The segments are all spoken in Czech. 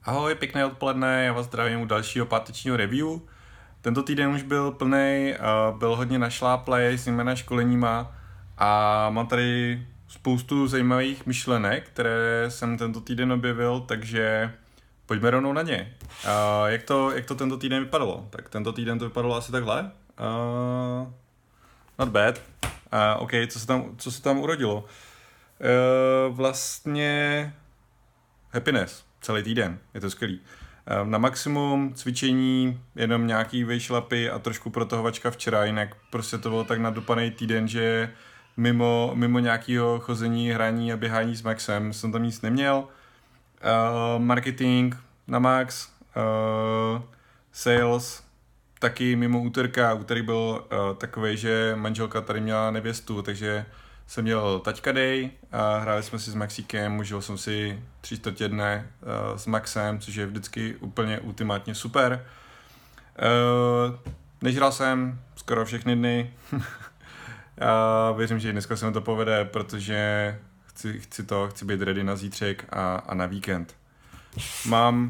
Ahoj, pěkné odpoledne, já vás zdravím u dalšího pátečního review. Tento týden už byl plný, byl hodně našláplej s jména školeníma a mám tady spoustu zajímavých myšlenek, které jsem tento týden objevil, takže pojďme rovnou na ně. Jak to tento týden vypadalo? Tak tento týden to vypadalo asi takhle. Not bad. OK, co se tam urodilo? Vlastně happiness celý týden, je to skvělý. Na maximum cvičení, jenom nějaký vejšlapy a trošku protahovačka včera, jinak prostě to bylo tak nadupaný týden, že mimo nějakého chození, hraní a běhání s Maxem jsem tam nic neměl. Marketing na max, sales taky mimo úterka. Úterý byl takovej, že manželka tady měla nevěstu, takže jsem měl taťka day a hráli jsme si s Maxíkem, užil jsem si 3/4 dne s Maxem, což je vždycky úplně ultimátně super. Nežral jsem skoro všechny dny. A věřím, že dneska se mi to povede, protože chci být ready na zítřek a na víkend. Mám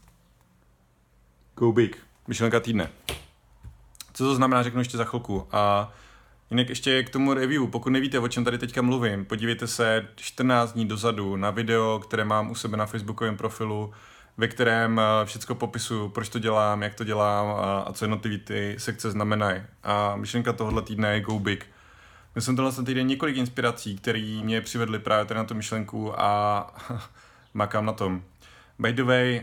go big, myšlenka týdne. Co to znamená, řeknu ještě za chvilku. A jinak ještě k tomu review, pokud nevíte, o čem tady teďka mluvím, podívejte se 14 dní dozadu na video, které mám u sebe na facebookovém profilu, ve kterém všecko popisuju, proč to dělám, jak to dělám a co jednotlivý ty sekce znamenají. A myšlenka tohohle týdne je go big. Měl jsem tenhle týden několik inspirací, které mě přivedly právě tady na tu myšlenku a makám na tom. By the way,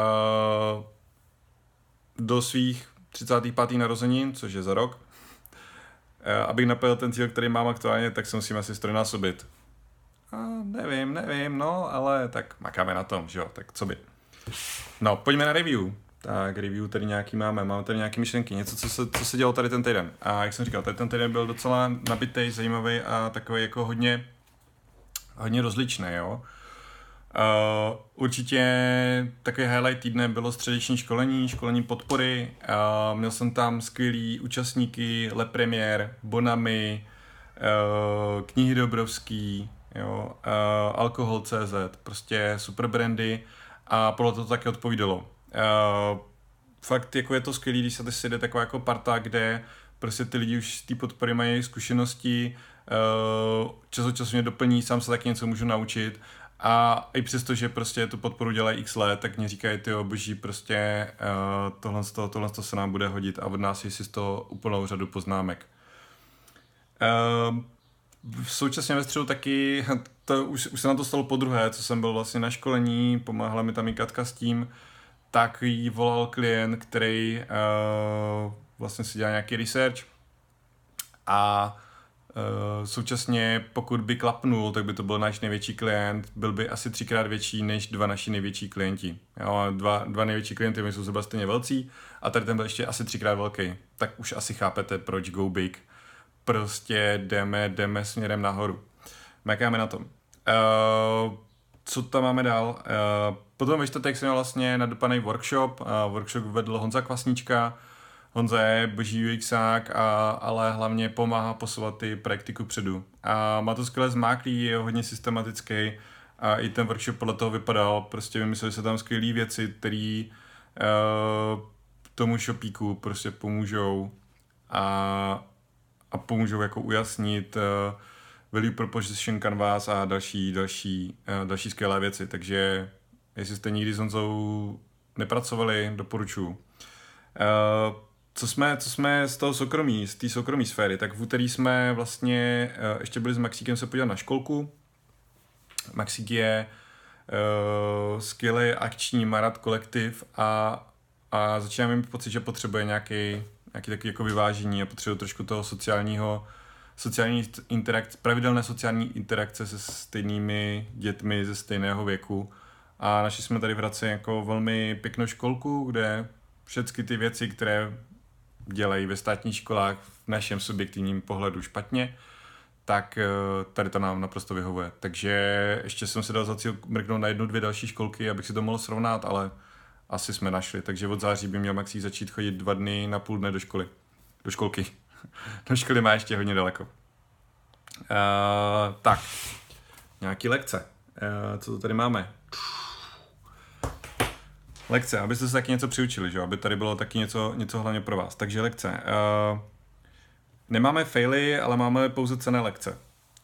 do svých 35. narozenin, což je za rok, abych naplnil ten cíl, který mám aktuálně, tak se musím asi strojnásobit. Nevím, no, ale tak makáme na tom, že jo, tak co by. No, pojďme na review. Tak, review tady nějaký máme tady nějaké myšlenky, něco, co se dělo tady ten týden. A jak jsem říkal, tady ten týden byl docela nabitej, zajímavý a takový jako hodně rozličný, jo. Určitě takový highlight týdne bylo středeční školení podpory. Měl jsem tam skvělý účastníky, Le Premier, Bonami, knihy Dobrovský, jo, Alkohol.cz, prostě super brandy a podle toho taky odpovídalo. Fakt jako je to skvělý, když se sejde taková jako parta, kde prostě ty lidi už z té podpory mají zkušenosti, čas od času mě doplní, sám se taky něco můžu naučit. A i přesto, že prostě tu podporu dělají x let, tak mě říkají, tyjo, boží, prostě tohle se nám bude hodit a od nás je si z toho úplnou řadu poznámek. Současně ve středu taky, už se nám to stalo podruhé, co jsem byl vlastně na školení, pomáhala mi tam i Katka s tím, tak jí volal klient, který vlastně si dělá nějaký research a současně pokud by klapnul, tak by to byl náš největší klient, byl by asi 3x větší než 2 naši největší klienti. Jo, dva největší klienty my jsou zhruba stejně velcí a tady ten byl ještě asi 3x velký. Tak už asi chápete, proč go big. Prostě jdeme směrem nahoru. Makáme na tom. Co tam máme dál? Potom ve čtvrtek jsem měl vlastně nadupaný workshop. Workshop vedl Honza Kvasnička. Honza je boží UXák, ale hlavně pomáhá posouvat ty projekty kupředu. A má to skvěle zmáklý, je hodně systematický a i ten workshop podle toho vypadal. Prostě vymysleli se tam skvělé věci, které tomu shopíku prostě pomůžou a pomůžou jako ujasnit value proposition canvas a další skvělé věci. Takže jestli jste nikdy s Honzou nepracovali, doporučuji. Co jsme z toho soukromí, z té soukromí sféry, tak v úterý jsme vlastně ještě byli s Maxíkem se podívat na školku. Maxík je skvělý akční marat kolektiv a začíná mít pocit, že potřebuje nějaký takový jako vyvážení a potřebuje trošku toho pravidelné sociální interakce se stejnými dětmi ze stejného věku. A našli jsme tady v Hradci jako velmi pěknou školku, kde všechny ty věci, které dělají ve státních školách v našem subjektivním pohledu špatně, tak tady to nám naprosto vyhovuje. Takže ještě jsem si dal za cíl mrknout na 1-2 další školky, abych si to mohl srovnat, ale asi jsme našli. Takže od září by měl Maxí začít chodit 2 dny na půl dne do školy. Do školky. Do školy má ještě hodně daleko. Tak, nějaký lekce. Co to tady máme? Lekce, abyste se taky něco přiučili, že? Aby tady bylo taky něco hlavně pro vás. Takže lekce. Nemáme faily, ale máme pouze cenné lekce.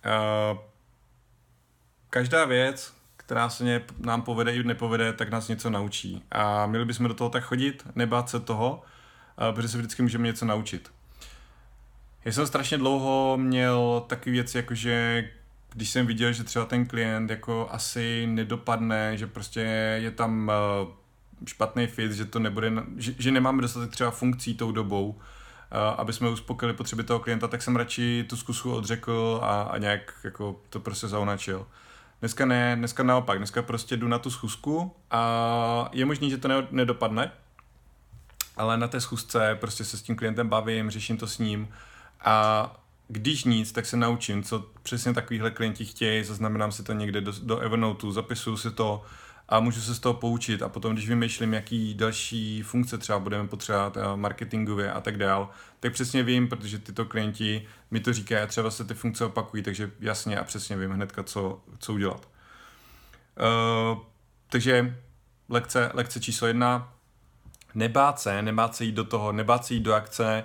Každá věc, která se nám povede i nepovede, tak nás něco naučí. A měli bychom do toho tak chodit, nebát se toho, protože se vždycky můžeme něco naučit. Já jsem strašně dlouho měl takové věci, jakože když jsem viděl, že třeba ten klient jako asi nedopadne, že prostě je tam špatný fit, že to nebude, že nemáme dostatek třeba funkcí tou dobou, aby jsme uspokojili potřeby toho klienta, tak jsem radši tu zkusku odřekl a nějak jako to prostě zaunačil. Dneska ne, dneska naopak, dneska prostě jdu na tu schůzku a je možný, že to nedopadne, ale na té schůzce prostě se s tím klientem bavím, řeším to s ním a když nic, tak se naučím, co přesně takovýhle klienti chtějí, zaznamenám si to někde do Evernoteu, zapisuju si to a můžu se z toho poučit a potom, když vymýšlím, jaký další funkce třeba budeme potřebovat marketingově a tak dál, tak přesně vím, protože tyto klienti mi to říkají a třeba se ty funkce opakují, takže jasně a přesně vím hnedka, co udělat. Takže lekce číslo 1, nebát se jít do toho, nebát se jít do akce,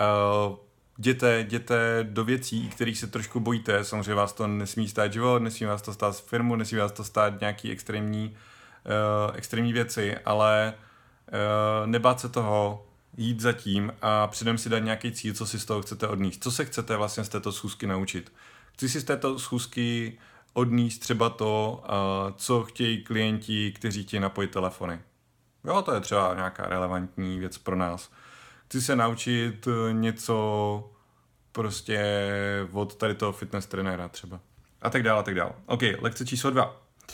jděte do věcí, kterých se trošku bojíte, samozřejmě vás to nesmí stát život, nesmí vás to stát firmu, nesmí vás to stát nějaký extrémní věci, ale nebát se toho, jít za tím a předem si dát nějaký cíl, co si z toho chcete odníst. Co se chcete vlastně z této schůzky naučit? Chci si z této schůzky odníst třeba to, co chtějí klienti, kteří chtějí napojit telefony. Jo, to je třeba nějaká relevantní věc pro nás. Chci se naučit něco prostě od tady toho fitness trenéra třeba. A tak dále, a tak dále. OK, lekce číslo 2.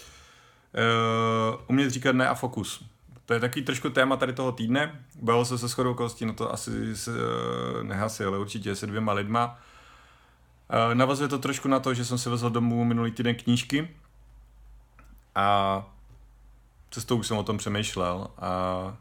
Umět říkat ne a fokus. To je takový trošku téma tady toho týdne. Bavil jsem se shodou okolností, no to asi nehasi, ale určitě se 2 lidma. Navazuje to trošku na to, že jsem si vezl domů minulý týden knížky a cestou už jsem o tom přemýšlel a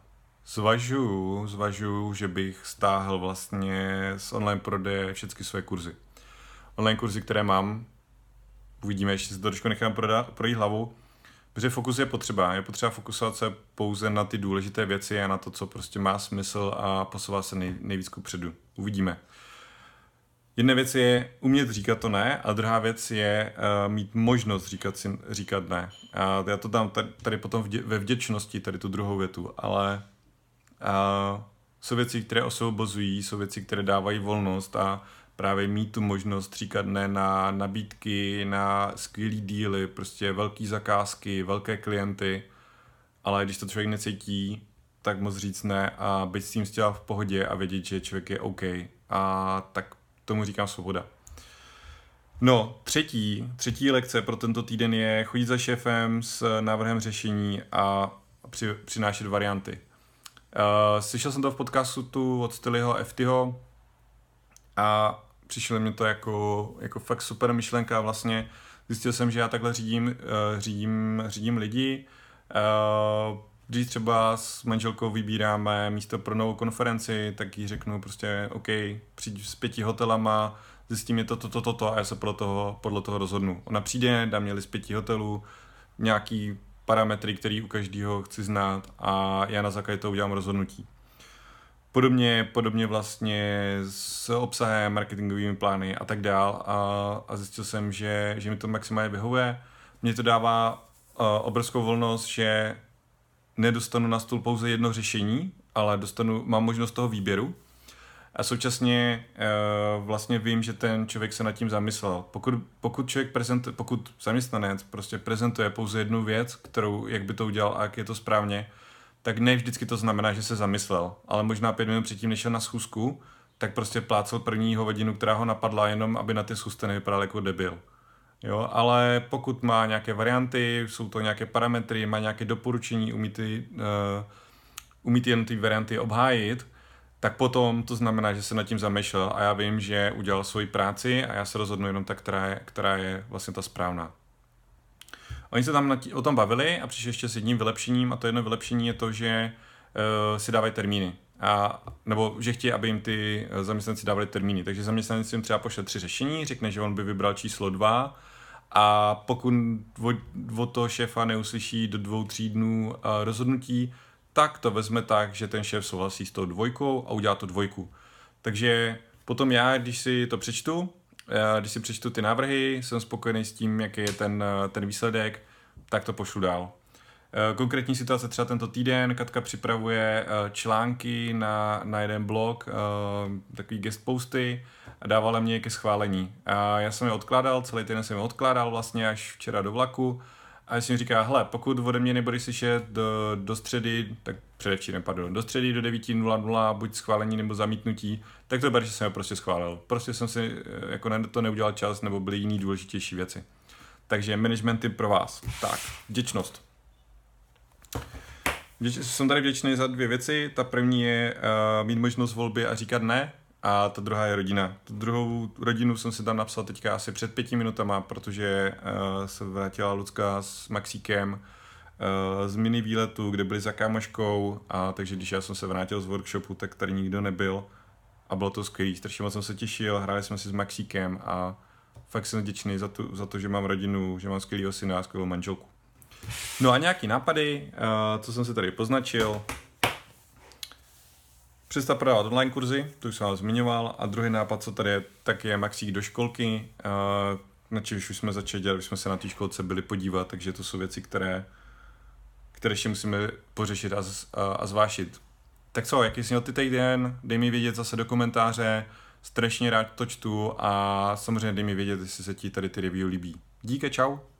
zvažuju, že bych stáhl vlastně z online prodeje všechny své kurzy. Online kurzy, které mám, uvidíme, ještě si to trošku nechám projít hlavou, protože fokus je potřeba fokusovat se pouze na ty důležité věci a na to, co prostě má smysl a posouvá se nejvíc kupředu. Uvidíme. Jedna věc je umět říkat to ne a druhá věc je mít možnost říkat ne. A já to dám tady potom ve vděčnosti, tady tu druhou větu, ale jsou věci, které osvobozují, jsou věci, které dávají volnost a právě mít tu možnost říkat ne na nabídky, na skvělý díly, prostě velké zakázky, velké klienty, ale když to člověk necítí, tak moc říct ne a být s tím v pohodě a vědět, že člověk je OK. A tak tomu říkám svoboda. No, třetí lekce pro tento týden je chodit za šéfem s návrhem řešení a přinášet varianty. Slyšel jsem to v podcastu tu od Styliho FTho a přišlo mi to jako fakt super myšlenka. Vlastně zjistil jsem, že já takhle řídím lidi. Když třeba s manželkou vybíráme místo pro novou konferenci, tak jí řeknu prostě OK, přijď s 5 hotelama, zjistím je to a já se podle toho rozhodnu. Ona přijde, dá mě list 5 hotelů, nějaký parametry, který u každého chci znát a já na základě toho udělám rozhodnutí. Podobně vlastně s obsahem, marketingovými plány a tak dál a zjistil jsem, že mi to maximálně vyhovuje. Mně to dává obrovskou volnost, že nedostanu na stůl pouze jedno řešení, ale mám možnost toho výběru a současně vlastně vím, že ten člověk se nad tím zamyslel. Pokud zaměstnanec prostě prezentuje pouze jednu věc, kterou, jak by to udělal a jak je to správně, tak ne vždycky to znamená, že se zamyslel, ale možná 5 minut předtím, než šel na schůzku, tak prostě plácel první hovadinu, která ho napadla, jenom aby na ty schůzce nevypadal jako debil. Jo, ale pokud má nějaké varianty, jsou to nějaké parametry, má nějaké doporučení, umí ty varianty obhájit, tak potom to znamená, že se nad tím zamýšlel a já vím, že udělal svoji práci a já se rozhodnu jenom ta, která je vlastně ta správná. Oni se tam o tom bavili a přišli ještě s jedním vylepšením a to jedno vylepšení je to, že si dávají termíny. Nebo že chtějí, aby jim ty zaměstnanci dávali termíny. Takže zaměstnanec jim třeba pošle 3 řešení, řekne, že on by vybral číslo 2 a pokud od toho šéfa neuslyší do 2-3 dnů rozhodnutí, tak to vezme tak, že ten šéf souhlasí s tou 2 a udělá to 2. Takže potom já, když si to přečtu, když si přečtu ty návrhy, jsem spokojený s tím, jaký je ten výsledek, tak to pošlu dál. Konkrétní situace třeba tento týden, Katka připravuje články na jeden blog, takový guest posty a dávala mě je ke schválení. A já jsem je odkládal, celý týden jsem je odkládal vlastně až včera do vlaku a já jsem říká, hele, pokud ode mě nebudeš slyšet do středy, tak předevčírem, do středy do 9:00, buď schválení nebo zamítnutí, tak to ber, že jsem je prostě schválil. Prostě jsem si jako to neudělal čas, nebo byly jiný důležitější věci. Takže management tip pro vás. Tak, vděčnost. Jsem tady vděčný za 2 věci. Ta první je mít možnost volby a říkat ne. A ta druhá je rodina. Tu druhou rodinu jsem si tam napsal teďka asi před 5 minutama, protože se vrátila Lucka s Maxíkem z mini výletu, kde byli za kámoškou, a takže když já jsem se vrátil z workshopu, tak tady nikdo nebyl a bylo to skvělý. Strašně moc jsem se těšil, hráli jsme si s Maxíkem a fakt jsem vděčný za to, že mám rodinu, že mám skvělýho syna a skvělou manželku. No a nějaký nápady, co jsem si tady poznačil. Přestat prodávat online kurzy, to už jsem vám zmiňoval. A druhý nápad, co tady je, tak je Maxík do školky, na čemž už jsme začali dělat, už jsme se na té školce byli podívat, takže to jsou věci, které ještě musíme pořešit a zvážit. Tak co, jaký jsi měl ty týden, dej mi vědět zase do komentáře, strašně rád to čtu a samozřejmě dej mi vědět, jestli se ti tady ty review líbí. Díky, čau.